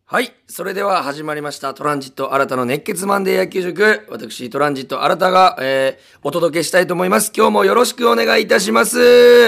はい。それでは始まりました。トランジット新たの熱血マンデー野球塾。私、トランジット新たが、お届けしたいと思います。今日もよろしくお願いいたします。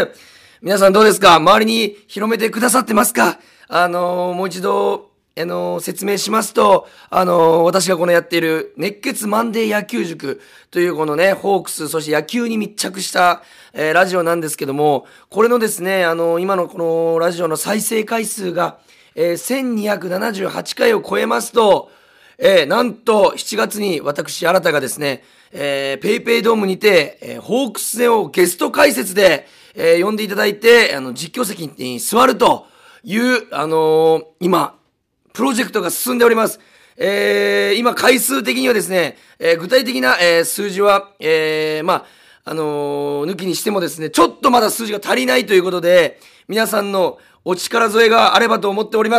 皆さんどうですか？周りに広めてくださってますか？もう一度、説明しますと、私がこのやっている熱血マンデー野球塾というこのね、ホークス、そして野球に密着した、ラジオなんですけども、これのですね、今のこのラジオの再生回数が、1278回を超えますと、なんと7月に私新たがですね、ペイペイドームにて、ホークス戦をゲスト解説で、呼んでいただいて、実況席に座るという、今、プロジェクトが進んでおります。今回数的にはですね、具体的な、数字は、抜きにしてもですね、ちょっとまだ数字が足りないということで、皆さんのお力添えがあればと思っております。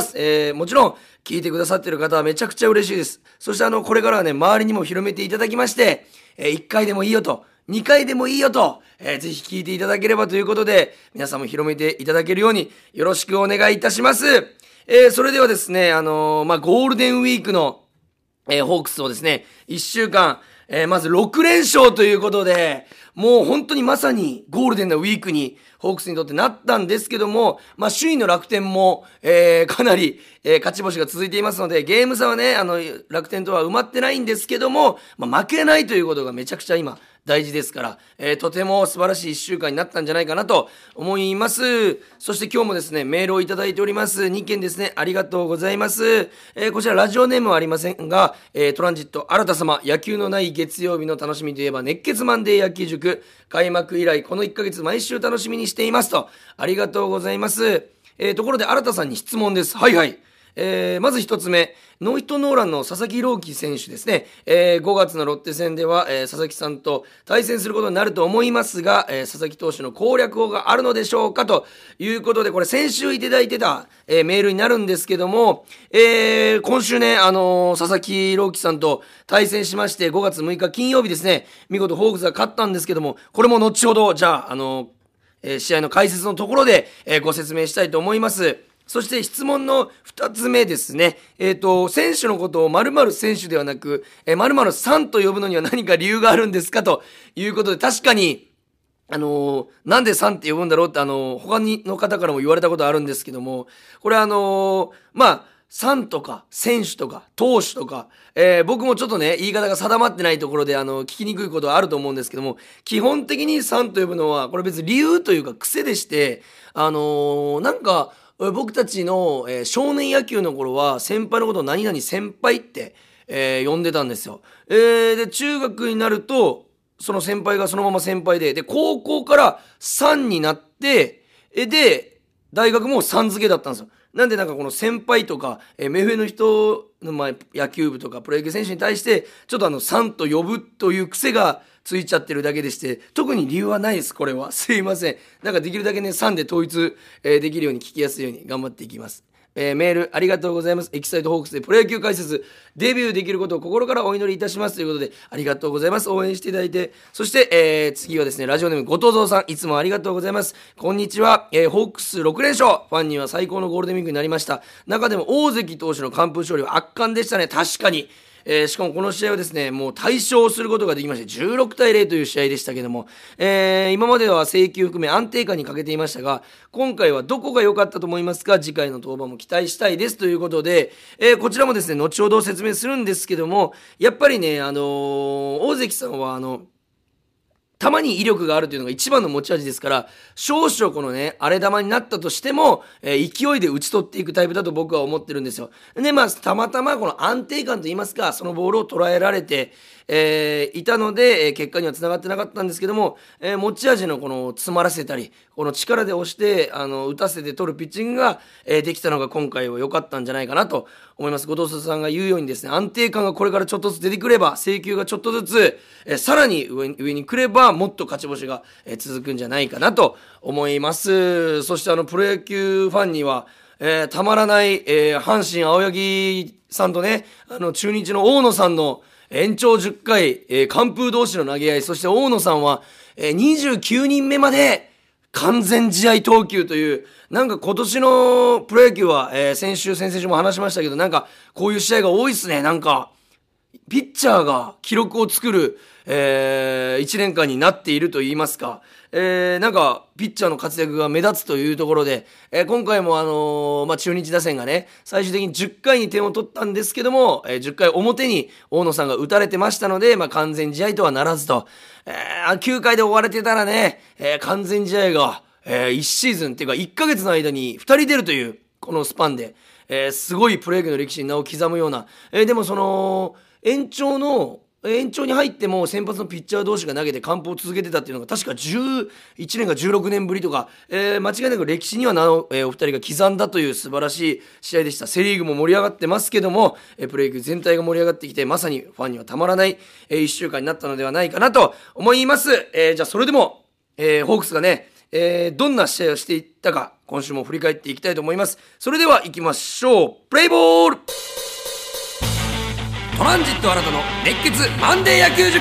もちろん、聞いてくださっている方はめちゃくちゃ嬉しいです。そしてこれからはね、周りにも広めていただきまして、1回でもいいよと、2回でもいいよと、ぜひ聞いていただければということで、皆さんも広めていただけるようによろしくお願いいたします。それではですね、ゴールデンウィークの、ホークスをですね、1週間、まず6連勝ということで、もう本当にまさにゴールデンなウィークにホークスにとってなったんですけども、首位の楽天も、かなり、勝ち星が続いていますので、ゲーム差はね、楽天とは埋まってないんですけども、負けないということがめちゃくちゃ今大事ですから、とても素晴らしい1週間になったんじゃないかなと思います。そして今日もですね、メールをいただいております。2件ですね、ありがとうございます。こちらラジオネームはありませんが、トランジット新田様、野球のない月曜日の楽しみといえば熱血マンデー野球塾、開幕以来この1ヶ月毎週楽しみにしていますと、ありがとうございます。ところで新田さんに質問です。はいはい。まず一つ目、ノーヒットノーランの佐々木朗希選手ですね。5月のロッテ戦では、佐々木さんと対戦することになると思いますが、佐々木投手の攻略法があるのでしょうかということで、これ先週いただいてた、メールになるんですけども、今週ね、佐々木朗希さんと対戦しまして、5月6日金曜日ですね、見事ホークスが勝ったんですけども、これも後ほど、じゃあ、試合の解説のところで、ご説明したいと思います。そして質問の2つ目ですね。選手のことを〇〇選手ではなく、〇〇さんと呼ぶのには何か理由があるんですかということで、確かに、なんでさんって呼ぶんだろうって、他の方からも言われたことあるんですけども、これさんとか選手とか投手とか、僕もちょっとね言い方が定まってないところで聞きにくいことはあると思うんですけども、基本的にさんと呼ぶのはこれ別に理由というか癖でして、なんか僕たちの、少年野球の頃は先輩のことを何々先輩って、呼んでたんですよ。で中学になるとその先輩がそのまま先輩で、高校からさんになって、で大学もさん付けだったんですよ。なんでこの先輩とか、目上の人の、野球部とかプロ野球選手に対してちょっとさんと呼ぶという癖がついちゃってるだけでして、特に理由はないです。これはすいません。できるだけねさんで統一、できるように聞きやすいように頑張っていきます。メールありがとうございます。エキサイトホークスでプロ野球解説デビューできることを心からお祈りいたしますということで、ありがとうございます。応援していただいて。そして、次はですね、ラジオネーム後藤蔵さん、いつもありがとうございます。こんにちは。ホークス6連勝、ファンには最高のゴールデンウィークになりました。中でも大関投手の完封勝利は圧巻でしたね。確かに。しかもこの試合はですね、もう大勝することができまして16対0という試合でしたけども、今までは制球含め安定感に欠けていましたが、今回はどこが良かったと思いますか？次回の登板も期待したいですということで、こちらもですね後ほど説明するんですけども、やっぱりね、大関さんは球に威力があるというのが一番の持ち味ですから、少々このね荒れ球になったとしても、勢いで打ち取っていくタイプだと僕は思ってるんですよ。でたまたまこの安定感といいますか、そのボールを捉えられて、いたので、結果にはつながってなかったんですけども、持ち味のこの詰まらせたりこの力で押して打たせて取るピッチングが、できたのが今回は良かったんじゃないかなと思います。後藤さんが言うようにですね、安定感がこれからちょっとずつ出てくれば、制球がちょっとずつ、さらに上に来ればもっと勝ち星が、続くんじゃないかなと思います。そしてプロ野球ファンには、たまらない、阪神青柳さんとね中日の大野さんの延長10回、完封同士の投げ合い、そして大野さんは、29人目まで完全試合投球という、なんか今年のプロ野球は、先々週も話しましたけど、なんかこういう試合が多いっすね。なんかピッチャーが記録を作る、1年間になっていると言いますか、なんかピッチャーの活躍が目立つというところで、今回も中日打線がね、最終的に10回に点を取ったんですけども、10回表に大野さんが打たれてましたので、完全試合とはならずと、9回で終われてたらね、完全試合が、1シーズンっていうか1ヶ月の間に2人出るというこのスパンで、すごいプロ野球の歴史に名を刻むような、でもその延長に入っても先発のピッチャー同士が投げて完封を続けてたっていうのが確か11年か16年ぶりとか、間違いなく歴史には名を、お二人が刻んだという素晴らしい試合でした。セリーグも盛り上がってますけども、プロ野球全体が盛り上がってきて、まさにファンにはたまらない、1週間になったのではないかなと思います。じゃあそれでも、ホークスがね、どんな試合をしていったか今週も振り返っていきたいと思います。それでは行きましょう。プレイボールトランジット新たの熱血マンデー野球塾。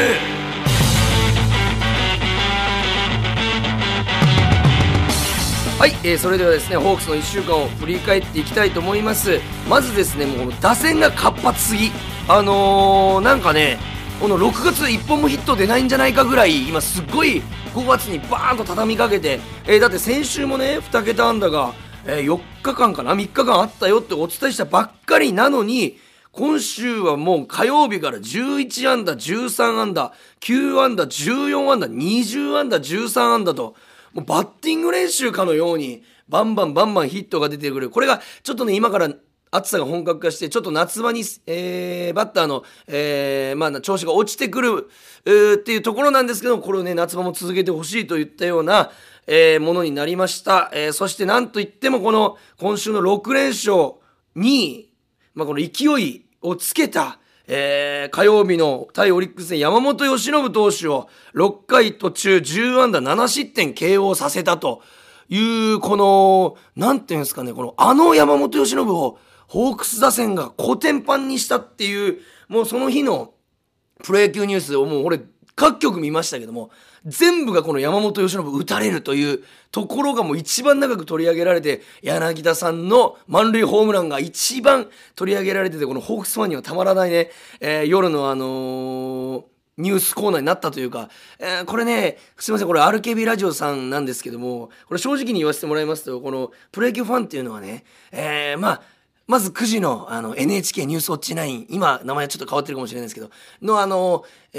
はい、それではですねホークスの1週間を振り返っていきたいと思います。まずですね、もうこの打線が活発すぎ、なんかねこの6月1本もヒット出ないんじゃないかぐらい今すっごい5月にバーンと畳みかけて、だって先週もね2桁安打が、4日間かな3日間あったよってお伝えしたばっかりなのに、今週はもう火曜日から11安打13安打9安打14安打20安打13安打と、もうバッティング練習かのようにバンバンヒットが出てくる。これがちょっとね今から暑さが本格化してちょっと夏場に、バッターの、調子が落ちてくるっていうところなんですけど、これをね夏場も続けてほしいといったような、ものになりました。そしてなんといってもこの今週の6連勝に、この勢いをつけた、火曜日の対オリックス戦山本由伸投手を6回途中10安打7失点 KO させたというこのなんていうんですかね、この山本由伸をホークス打線がコテンパンにしたっていう、もうその日のプロ野球ニュースをもう俺各局見ましたけども、全部がこの山本由伸打たれるというところがもう一番長く取り上げられて、柳田さんの満塁ホームランが一番取り上げられてて、このホークスファンにはたまらないね、夜のニュースコーナーになったというか、これねすいません、これ RKB ラジオさんなんですけども、これ正直に言わせてもらいますと、このプロ野球ファンっていうのはね、まず9時のNHK ニュースウォッチ9、今名前はちょっと変わってるかもしれないですけどの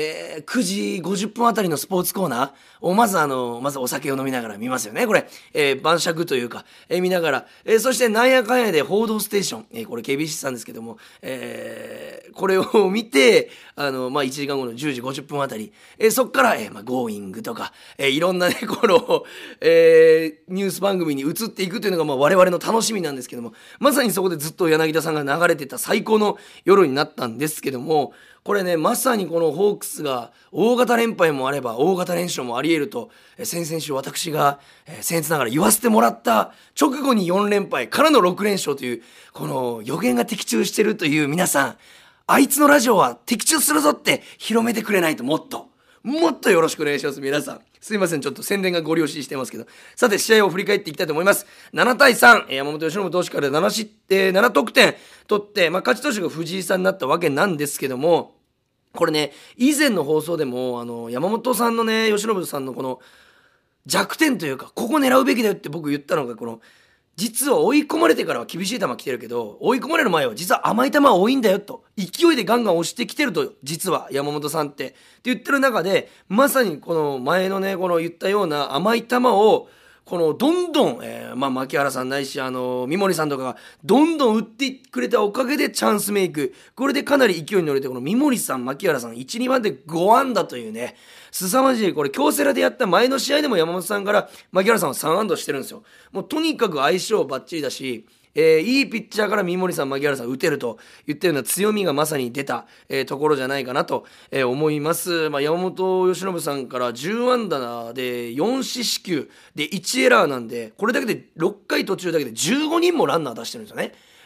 9時50分あたりのスポーツコーナーをまずお酒を飲みながら見ますよね、これ、晩酌というか、見ながら、そしてなんやかんやで報道ステーション、これ KBC さんですけども、これを見て1時間後の10時50分あたり、そっから、Going とか、いろんなねこの、ニュース番組に移っていくというのが我々の楽しみなんですけども、まさにそこでずっと柳田さんが流れてた最高の夜になったんですけども、これねまさにこのホークスが大型連敗もあれば大型連勝もあり得ると、先々週私が、僭越ながら言わせてもらった直後に4連敗からの6連勝という、この予言が的中してるという皆さん、あいつのラジオは的中するぞって広めてくれないともっとよろしくお願いします。皆さんすいません、ちょっと宣伝がご了承してますけど、さて試合を振り返っていきたいと思います。7対3、山本由伸投手から7得点取って、勝ち投手が藤井さんになったわけなんですけども、これね以前の放送でも山本さんのね由伸さんのこの弱点というか、ここ狙うべきだよって僕言ったのが、この実は追い込まれてからは厳しい球来てるけど、追い込まれる前は実は甘い球は多いんだよと、勢いでガンガン押してきてると、実は山本さんって言ってる中で、まさにこの前のねこの言ったような甘い球をこのどんどん、牧原さんないし三森さんとかがどんどん打ってくれたおかげでチャンスメイク、これでかなり勢いに乗れて、この三森さん牧原さん 1,2 番で5安打というね凄まじい、これ京セラでやった前の試合でも山本さんから牧原さんは3安打してるんですよ。もうとにかく相性バッチリだし、いいピッチャーから三森さん牧原さん打てると言ったような強みがまさに出た、ところじゃないかなと、思います。山本由伸さんから10安打で4四死球で1エラーなんで、これだけで6回途中だけで15人もランナー出してるんですよね。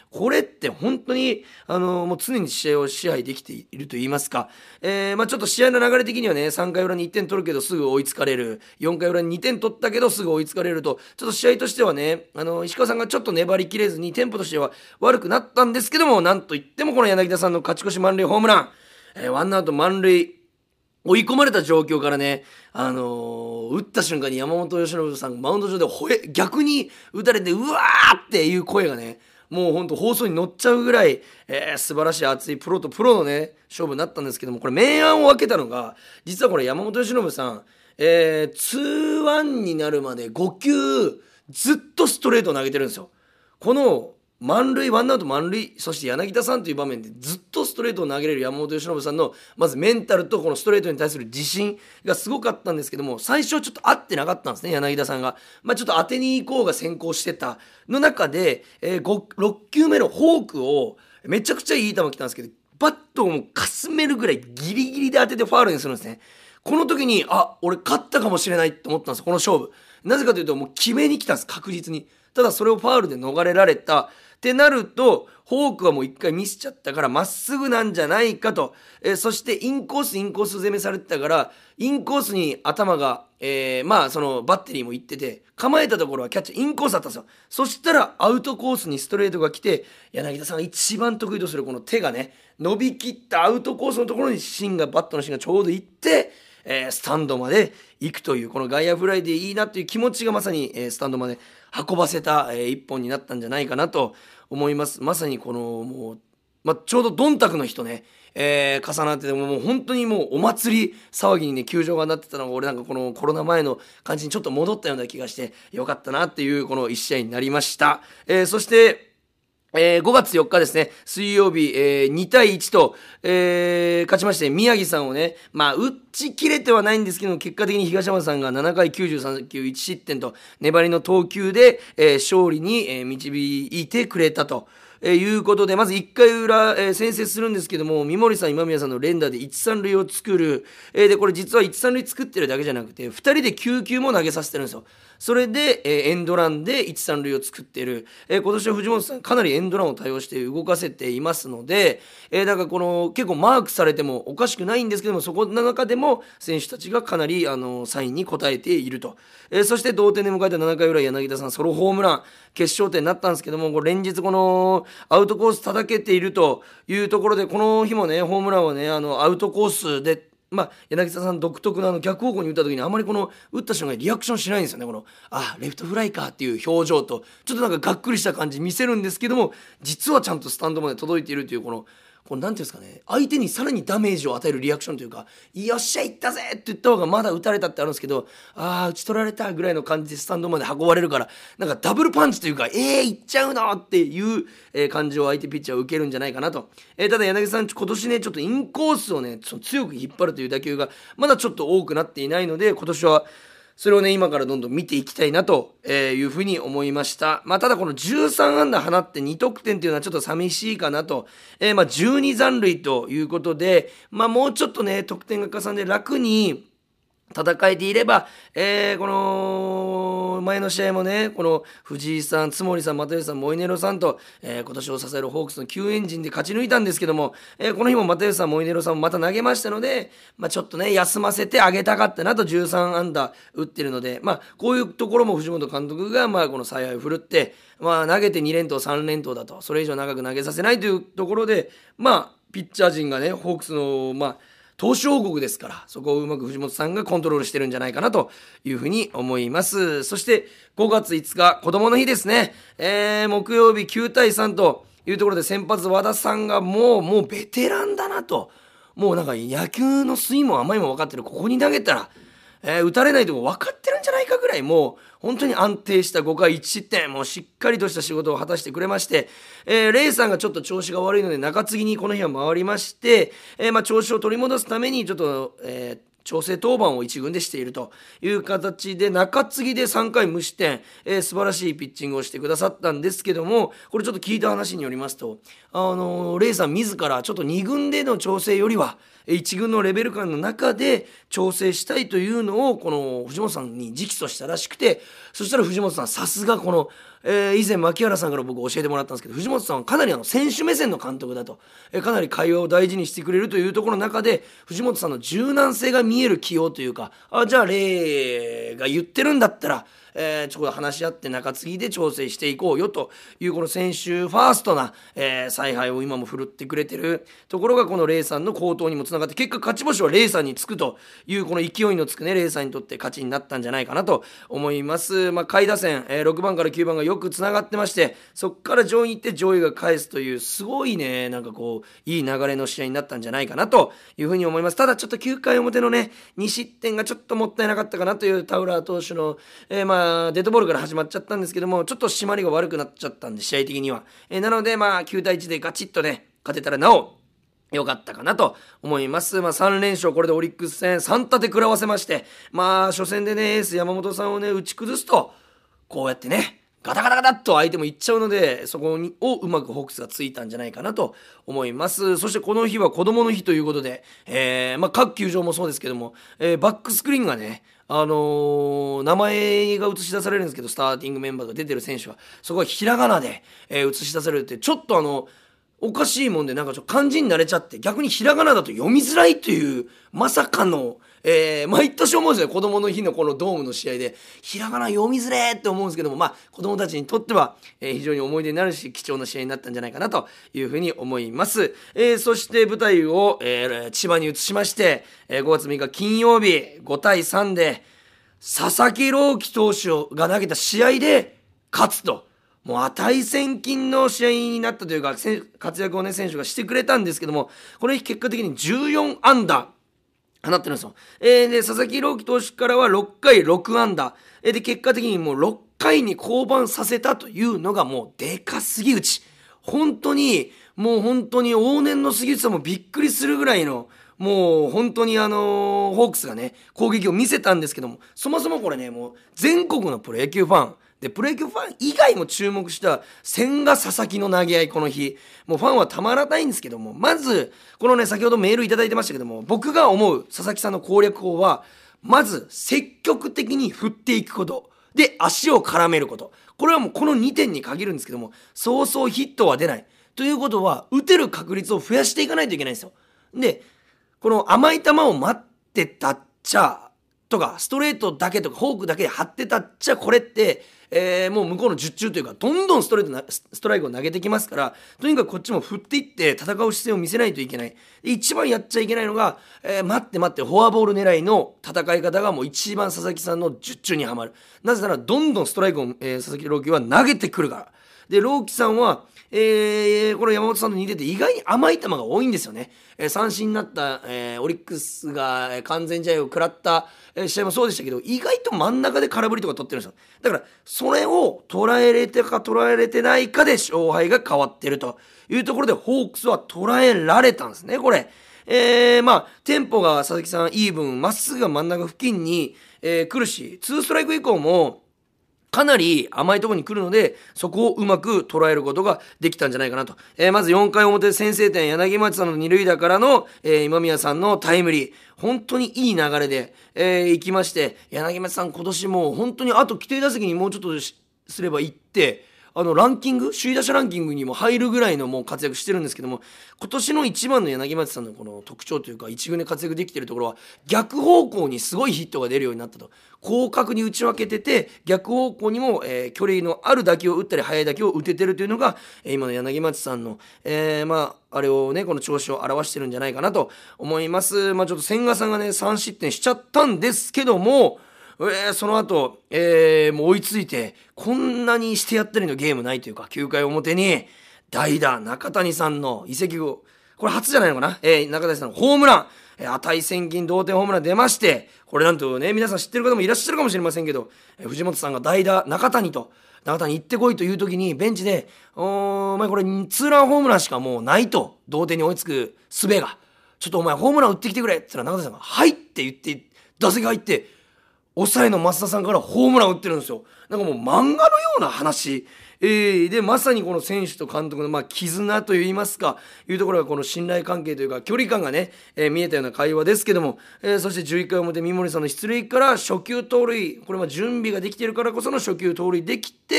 これって本当に、もう常に試合を支配できていると言いますか、ちょっと試合の流れ的にはね、3回裏に1点取るけどすぐ追いつかれる、4回裏に2点取ったけどすぐ追いつかれると、ちょっと試合としてはね、石川さんがちょっと粘りきれずにテンポとしては悪くなったんですけども、なんといってもこの柳田さんの勝ち越し満塁ホームラン、ワンアウト満塁、追い込まれた状況からね、打った瞬間に山本由伸さんがマウンド上で逆に打たれてうわーっていう声がね、もうほんと放送に乗っちゃうぐらい、素晴らしい熱いプロとプロのね勝負になったんですけども、これ明暗を分けたのが、実はこれ山本由伸さん、2-1になるまで5球ずっとストレートを投げてるんですよ。この満塁、ワンアウト満塁、そして柳田さんという場面でずっとストレートを投げれる山本由伸さんのまずメンタルとこのストレートに対する自信がすごかったんですけども、最初ちょっと合ってなかったんですね、柳田さんが。ちょっと当てに行こうが先行してたの中で、6球目のフォークをめちゃくちゃいい球来たんですけど、バットをもうかすめるぐらいギリギリで当ててファウルにするんですね。この時に俺勝ったかもしれないって思ったんですよ、この勝負。なぜかというともう決めに来たんです、確実に。ただそれをファウルで逃れられたってなると、フォークはもう一回ミスっちゃったからまっすぐなんじゃないかと、そしてインコース攻めされてたから、インコースに頭が、そのバッテリーも行ってて、構えたところはキャッチャーインコースだったんですよ。そしたらアウトコースにストレートが来て、柳田さんが一番得意とするこの手がね伸びきったアウトコースのところにバットの芯がちょうど行って、スタンドまで行くという、この外野フライでいいなという気持ちがまさに、スタンドまで運ばせた、一本になったんじゃないかなと思います。まさにこのもう、ちょうどドンタクの日とね、重なってて、もう本当にもうお祭り騒ぎにね球場がなってたのが、俺なんかこのコロナ前の感じにちょっと戻ったような気がしてよかったなっていうこの1試合になりました。そして5月4日ですね、水曜日、2対1と、勝ちまして、宮城さんをね、打ち切れてはないんですけど、結果的に東山さんが7回93球1失点と、粘りの投球で、勝利に、導いてくれたと。いうことで、まず1回裏、先制するんですけども、三森さん、今宮さんの連打で1、3塁を作る。で、これ実は1、3塁作ってるだけじゃなくて、2人で9球も投げさせてるんですよ。それで、エンドランで1、3塁を作ってる。今年は藤本さん、かなりエンドランを対応して動かせていますので、だからこの、結構マークされてもおかしくないんですけども、そこの中でも選手たちがかなり、サインに応えていると。そして同点で迎えた7回裏、柳田さんソロホームラン、決勝点になったんですけども、これ連日このアウトコース叩けているというところで、この日もねホームランはねアウトコースで、柳田さん独特の逆方向に打った時にあまりこの打った瞬間にリアクションしないんですよね。このレフトフライかっていう表情と、ちょっとなんかがっくりした感じ見せるんですけども、実はちゃんとスタンドまで届いているという、このなんていうんですかね、相手にさらにダメージを与えるリアクションというか、よっしゃ行ったぜって言った方がまだ打たれたってあるんですけど、打ち取られたぐらいの感じでスタンドまで運ばれるから、なんかダブルパンチというか、行っちゃうのっていう、感じを相手ピッチャーは受けるんじゃないかなと。ただ柳さん今年ねちょっとインコースをね強く引っ張るという打球がまだちょっと多くなっていないので、今年はそれをね今からどんどん見ていきたいなというふうに思いました。ただこの13安打放って2得点というのはちょっと寂しいかなと。12残塁ということで、もうちょっとね得点が重ねて楽に戦えていれば、この前の試合もねこの藤井さん、津森さん、又吉さん、モイネロさんと、今年を支えるホークスの救援陣で勝ち抜いたんですけども、この日も又吉さん、モイネロさんもまた投げましたので、ちょっとね休ませてあげたかったなと。13安打打ってるので、こういうところも藤本監督がこの采配を振るって、投げて2連投3連投だと、それ以上長く投げさせないというところで、ピッチャー陣がねホークスの投手王国ですから、そこをうまく藤本さんがコントロールしてるんじゃないかなというふうに思います。そして5月5日子供の日ですね、木曜日9対3というところで、先発和田さんがもうベテランだなと、もうなんか野球の酸いも甘いも分かってる、ここに投げたら打たれないとこ分かってるんじゃないかぐらい、もう本当に安定した5回1失点、もうしっかりとした仕事を果たしてくれまして、レイさんがちょっと調子が悪いので中継ぎにこの日は回りまして、調子を取り戻すためにちょっと、調整登板を一軍でしているという形で、中継ぎで3回無失点、素晴らしいピッチングをしてくださったんですけども、これちょっと聞いた話によりますと、レイさん自らちょっと2軍での調整よりは1軍のレベル感の中で調整したいというのをこの藤本さんに直訴したらしくて、そしたら藤本さんさすがこの以前牧原さんから僕教えてもらったんですけど、藤本さんはかなり選手目線の監督だと、かなり会話を大事にしてくれるというところの中で、藤本さんの柔軟性が見える起用というか、じゃあレイが言ってるんだったら、ちょっと話し合って中継ぎで調整していこうよというこの選手ファーストな、采配を今も振るってくれてるところがこのレイさんの好投にもつながって、結果勝ち星はレイさんにつくというこの勢いのつくねレイさんにとって勝ちになったんじゃないかなと思います。下位打線、6番から9番がよくつながってまして、そこから上位に行って上位が返すというすごいねなんかこういい流れの試合になったんじゃないかなというふうに思います。ただちょっと9回表のね2失点がちょっともったいなかったかなというタウラー投手の、デッドボールから始まっちゃったんですけども、ちょっと締まりが悪くなっちゃったんで試合的には、なので9対1でガチッとね勝てたらなお良かったかなと思います。3連勝、これでオリックス戦3立て食らわせまして、初戦でねエース山本さんをね打ち崩すとこうやってねガタガタガタっと相手もいっちゃうので、そこをうまくホークスがついたんじゃないかなと思います。そしてこの日は子供の日ということで、各球場もそうですけども、バックスクリーンがね名前が映し出されるんですけど、スターティングメンバーが出てる選手はそこはひらがなで、映し出されるって、ちょっとおかしいもんで、なんかちょっと漢字に慣れちゃって逆にひらがなだと読みづらいというまさかの、毎年思うんですよ。子供の日のこのドームの試合でひらがな読みづれって思うんですけども、子供たちにとっては、非常に思い出になるし貴重な試合になったんじゃないかなというふうに思います。そして舞台を、千葉に移しまして、5月6日金曜日5対3で佐々木朗希投手が投げた試合で勝つと、もう値千金の試合になったというか、活躍をね選手がしてくれたんですけども、この日結果的に14安打放ってるんですよ。で佐々木朗希投手からは6回6安打で、結果的にもう6回に降板させたというのがもうでかすぎ打ち、本当に往年の杉内さんもびっくりするぐらいの、もう本当にホークスがね攻撃を見せたんですけども、そもそもこれねもう全国のプロ野球ファンで、プロ野球ファン以外も注目した千賀佐々木の投げ合い、この日もうファンはたまらないんですけども、まずこのね先ほどメールいただいてましたけども、僕が思う佐々木さんの攻略法は、まず積極的に振っていくことで足を絡めること、これはもうこの2点に限るんですけども、そうそうヒットは出ないということは打てる確率を増やしていかないといけないんですよ。でこの甘い球を待ってたっちゃとか、ストレートだけとかフォークだけで張ってたっちゃ、これって、もう向こうの術中というかどんどんストライクを投げてきますから、とにかくこっちも振っていって戦う姿勢を見せないといけない。一番やっちゃいけないのが、待ってフォアボール狙いの戦い方がもう一番佐々木さんの術中にはまる。なぜならどんどんストライクを、佐々木朗希は投げてくるから。で朗希さんはこの山本さんと似てて意外に甘い球が多いんですよね。三振になった、オリックスが完全試合を食らった、試合もそうでしたけど、意外と真ん中で空振りとか取ってるんですよ。だからそれを捉えれてか捉えれてないかで勝敗が変わってるというところで、ホークスは捉えられたんですねこれ。テンポが佐々木さんいい分まっすぐが真ん中付近に、来るし、2ストライク以降もかなり甘いところに来るので、そこをうまく捉えることができたんじゃないかなと。まず4回表先制点、柳町さんの二塁打からの、今宮さんのタイムリー、本当にいい流れで、行きまして、柳町さん今年もう本当にあと規定打席にもうちょっとすれば行って、ランキング首位打者ランキングにも入るぐらいのもう活躍してるんですけども、今年の一番の柳町さんのこの特徴というか、一軍で活躍できているところは逆方向にすごいヒットが出るようになったと。広角に打ち分けてて、逆方向にも、距離のある打球を打ったり速い打球を打ててるというのが、今の柳町さんの、あれをねこの調子を表してるんじゃないかなと思います。ちょっと千賀さんがね3失点しちゃったんですけども、その後、もう追いついて、こんなにしてやったりのゲームないというか、9回表に代打中谷さんの移籍後、これ初じゃないのかな、中谷さんのホームラン、値千金同点ホームラン出まして、これなんとね皆さん知ってる方もいらっしゃるかもしれませんけど、藤本さんが代打中谷行ってこいという時にベンチでお前これツーランホームランしかもうないと、同点に追いつく術が、ちょっとお前ホームラン打ってきてくれって言ったら、中谷さんがはいって言って打席入って、抑えの増田さんからホームラン打ってるんですよ。なんかもう漫画のような話、でまさにこの選手と監督の絆といいますかいうところが、この信頼関係というか距離感がね、見えたような会話ですけども、そして11回表三森さんの出塁から初球盗塁、これは準備ができているからこその初球盗塁できて、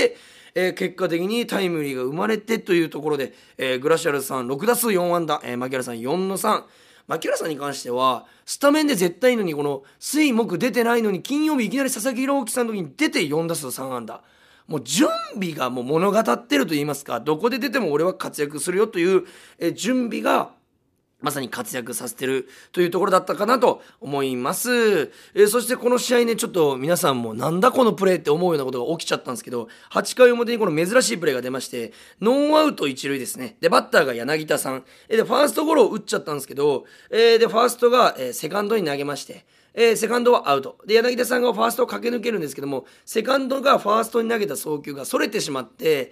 結果的にタイムリーが生まれてというところで、グラシアルさん6打数4安打、牧原さん4の3。牧原さんに関してはスタメンで絶対いいのに、この水木出てないのに金曜日いきなり佐々木朗希さんの時に出て4打数3安打。もう準備がもう物語ってると言いますか、どこで出ても俺は活躍するよという、準備がまさに活躍させてるというところだったかなと思います。そしてこの試合ね、ちょっと皆さんもなんだこのプレーって思うようなことが起きちゃったんですけど、8回表にこの珍しいプレーが出まして、ノーアウト一塁ですね。で、バッターが柳田さん。で、ファーストゴロを打っちゃったんですけど、で、ファーストが、セカンドに投げまして、セカンドはアウトで、柳田さんがファーストを駆け抜けるんですけども、セカンドがファーストに投げた送球がそれてしまって、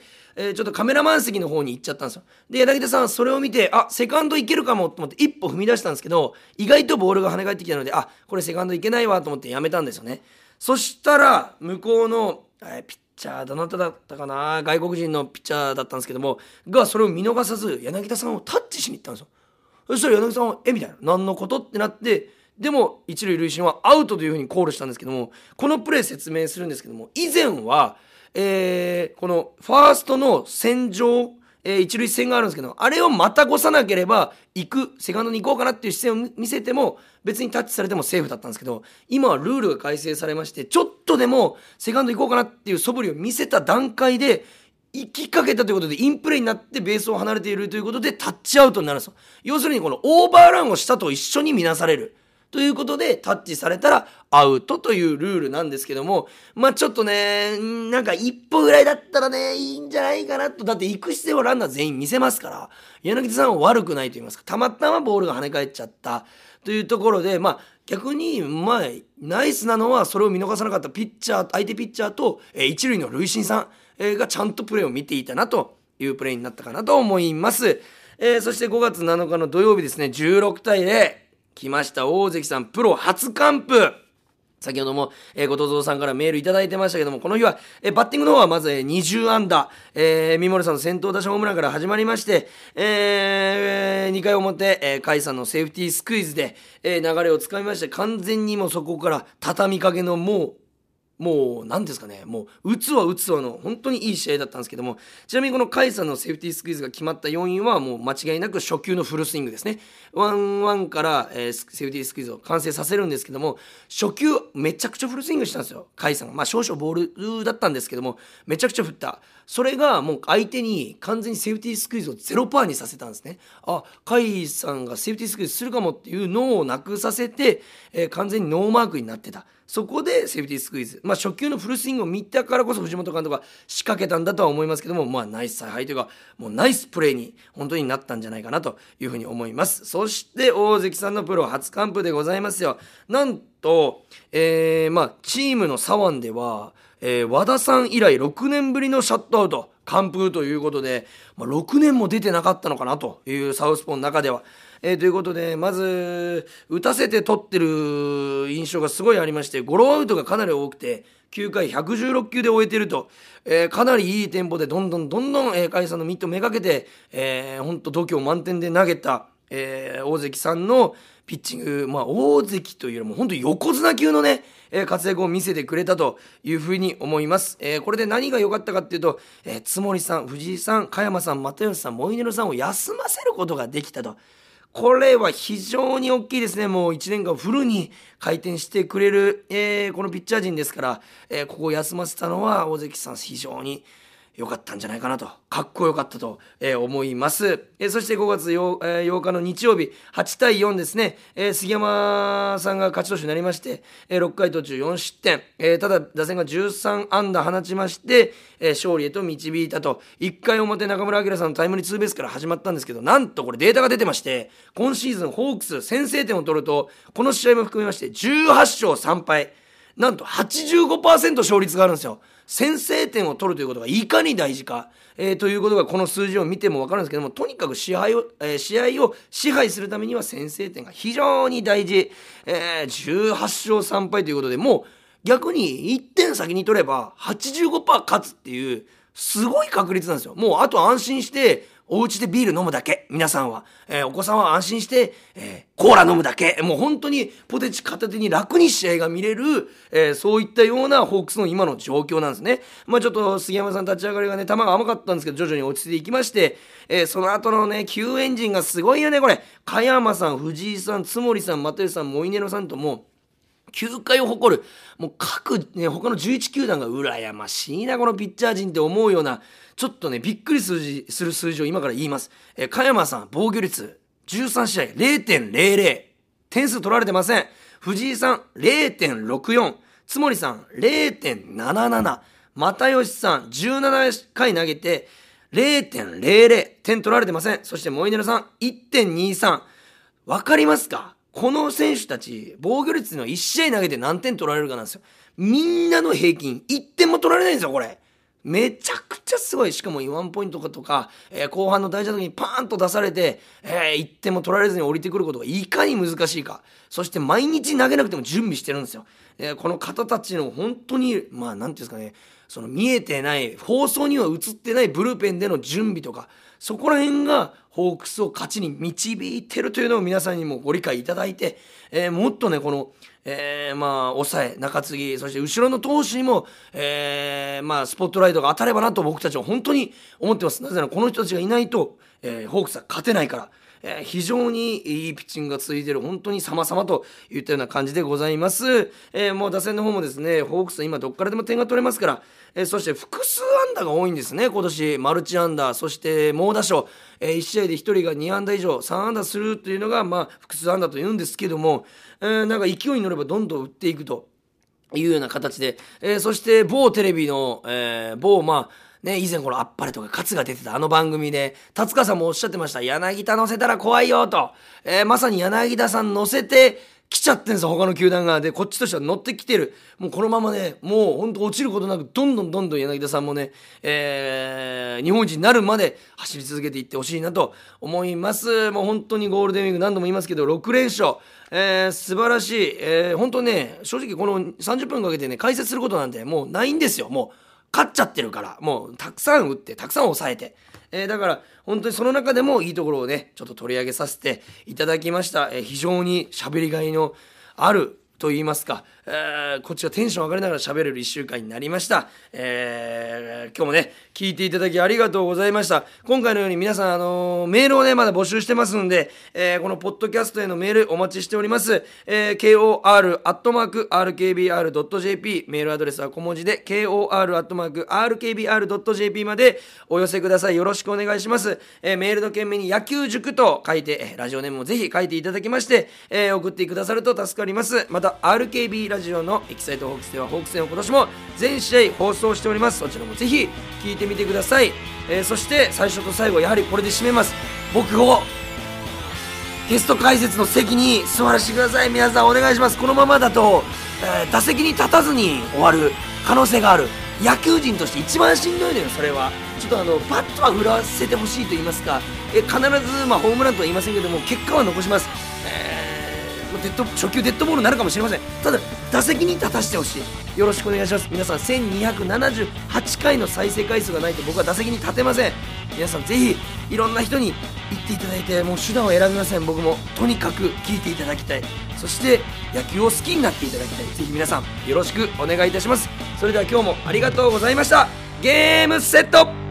ちょっとカメラマン席の方に行っちゃったんですよ。で、柳田さんはそれを見て、セカンドいけるかもと思って一歩踏み出したんですけど、意外とボールが跳ね返ってきたので、これセカンドいけないわと思ってやめたんですよね。そしたら向こうの、ピッチャーどなただったかな、外国人のピッチャーだったんですけどもが、それを見逃さず柳田さんをタッチしに行ったんですよ。そしたら柳田さんはみたいな、何のことってなって、でも一塁塁審はアウトというふうにコールしたんですけども、このプレー説明するんですけども、以前は、このファーストの線上、一塁線があるんですけど、あれをまた越さなければセカンドに行こうかなっていう姿勢を見せても別にタッチされてもセーフだったんですけど、今はルールが改正されまして、ちょっとでもセカンド行こうかなっていう素振りを見せた段階で行きかけたということでインプレーになってベースを離れているということでタッチアウトになるんですよ。要するにこのオーバーランをしたと一緒に見なされるということで、タッチされたらアウトというルールなんですけども、ちょっとね、なんか一歩ぐらいだったらね、いいんじゃないかなと。だって行く姿勢をランナー全員見せますから、柳田さんは悪くないと言いますか、たまたまボールが跳ね返っちゃったというところで、逆にナイスなのはそれを見逃さなかった相手ピッチャーと、一塁の塁審さん、がちゃんとプレーを見ていたなというプレーになったかなと思います。そして5月7日の土曜日ですね、16対0来ました。大関さんプロ初完封。先ほども、後藤蔵さんからメールいただいてましたけども、この日は、バッティングの方はまず、20安打、三森さんの先頭打者ホームランから始まりまして、2回表、甲斐さんのセーフティースクイズで、流れをつかみまして、完全にもうそこから畳みかけのもう何ですかね、もう打つわの本当にいい試合だったんですけども、ちなみにこの甲斐さんのセーフティースクイズが決まった要因はもう間違いなく初球のフルスイングですね。1-1から、セーフティースクイズを完成させるんですけども、初球めちゃくちゃフルスイングしたんですよ、甲斐さんが。少々ボールだったんですけども、めちゃくちゃ振った。それがもう相手に完全にセーフティースクイズを0%にさせたんですね。甲斐さんがセーフティースクイズするかもっていうのをなくさせて、完全にノーマークになってた。そこでセーフティースクイズ、初球のフルスイングを見たからこそ藤本監督が仕掛けたんだとは思いますけども、ナイス采配というか、もうナイスプレーに本当になったんじゃないかなというふうに思います。そして大関さんのプロ初完封でございますよ。なんと、チームの左腕では、和田さん以来6年ぶりのシャットアウト完封ということで、6年も出てなかったのかなというサウスポーの中では、ということで、まず打たせて取ってる印象がすごいありまして、ゴロアウトがかなり多くて9回116球で終えていると、かなりいいテンポでどんどん甲斐さんのミットめがけて、本当度胸満点で投げた、大関さんのピッチング、大関というよりも本当に横綱級のね、活躍を見せてくれたというふうに思います。これで何が良かったかっていうと、津森さん、藤井さん、加山さん、又吉さん、モイネロさんを休ませることができたと。これは非常に大きいですね。もう1年間フルに回転してくれる、このピッチャー陣ですから、ここを休ませたのは大関さん非常に良かったんじゃないかなと、かっこよかったと、思います。そして5月 8日の日曜日8対4ですね、杉山さんが勝ち投手になりまして、6回途中4失点、ただ打線が13安打放ちまして、勝利へと導いたと。1回表中村晃さんのタイムリーツーベースから始まったんですけど、なんとこれデータが出てまして、今シーズンホークス先制点を取るとこの試合も含めまして18勝3敗、なんと 85% 勝率があるんですよ。先制点を取るということがいかに大事か、ということがこの数字を見ても分かるんですけども、とにかく試合を支配するためには先制点が非常に大事、18勝3敗ということで、もう逆に1点先に取れば 85% 勝つっていうすごい確率なんですよ。もうあと安心してお家でビール飲むだけ、皆さんは、お子さんは安心して、コーラ飲むだけ、もう本当にポテチ片手に楽に試合が見れる、そういったようなホークスの今の状況なんですね。ちょっと杉山さん立ち上がりがね、球が甘かったんですけど、徐々に落ち着いていきまして、その後のね、救援陣がすごいよね、これ。加山さん、藤井さん、津森さん、又吉さん、モイネロさんともう、球界を誇る、もう各、ね、他の11球団が羨ましいな、このピッチャー陣って思うような、ちょっとね、びっくりする数字を今から言います。加山さん、防御率、13試合、0.00。点数取られてません。藤井さん、0.64。津森さん、0.77。又吉さん、17回投げて、0.00。点取られてません。そして、モイネロさん、1.23。わかりますか？この選手たち、防御率の1試合投げて何点取られるかなんですよ。みんなの平均、1点も取られないんですよ、これ。めちゃくちゃすごい。しかもワンポイントとか、後半の大事な時にパーンと出されて、1点も取られずに降りてくることがいかに難しいか。そして毎日投げなくても準備してるんですよ。この方たちの本当に、なんていうんですかね、その見えてない、放送には映ってないブルペンでの準備とか、そこら辺がホークスを勝ちに導いてるというのを皆さんにもご理解いただいて、もっとね、この、抑え、中継ぎ、そして後ろの投手にも、スポットライトが当たればなと僕たちは本当に思ってます。なぜならこの人たちがいないと、ホークスは勝てないから。非常にいいピッチングが続いている、本当に様々といったような感じでございます。もう打線の方もですね、ホークスは今どっからでも点が取れますから、そして複数安打が多いんですね、今年。マルチ安打、そして猛打賞、1試合で1人が2安打以上、3安打するというのが、複数安打というんですけども、なんか勢いに乗ればどんどん打っていくというような形で、そして某テレビの、以前このあっぱれとか勝が出てたあの番組で達川さんもおっしゃってました。柳田乗せたら怖いよと、まさに柳田さん乗せて来ちゃってんですよ、他の球団が。でこっちとしては乗ってきてる。もうこのままね、もう本当落ちることなくどんどん柳田さんもね、日本一になるまで走り続けていってほしいなと思います。もう本当にゴールデンウィーク何度も言いますけど6連勝、素晴らしい。本当ね、正直この30分かけてね解説することなんてもうないんですよ。もう勝っちゃってるから、もうたくさん打ってたくさん抑えて、だから本当にその中でもいいところをねちょっと取り上げさせていただきました。非常に喋りがいのあると言いますか、こっちはテンション上がりながら喋れる1週間になりました。今日もね聞いていただきありがとうございました。今回のように皆さん、メールをねまだ募集してますんで、このポッドキャストへのメールお待ちしております。kor@rkbr.jp メールアドレスは小文字で kor@rkbr.jp までお寄せください。よろしくお願いします。メールの件名に野球塾と書いて、ラジオネームもぜひ書いていただきまして、送ってくださると助かります。また RKB ラジオのエキサイトホークスではホークス戦を今年も全試合放送しております。そちらもぜひ聞いてみてください。そして最初と最後やはりこれで締めます。僕をゲスト解説の席に座らせてください。皆さんお願いします。このままだと、打席に立たずに終わる可能性がある。野球人として一番しんどいのよ、それは。ちょっとバットは振らせてほしいと言いますか、必ずホームランとは言いませんけども結果は残します。初球デッドボールになるかもしれません。ただ打席に立たせてほしい。よろしくお願いします。皆さん1278回の再生回数がないと僕は打席に立てません。皆さんぜひいろんな人に言っていただいて、もう手段を選びません。僕もとにかく聞いていただきたい。そして野球を好きになっていただきたい。ぜひ皆さんよろしくお願いいたします。それでは今日もありがとうございました。ゲームセット。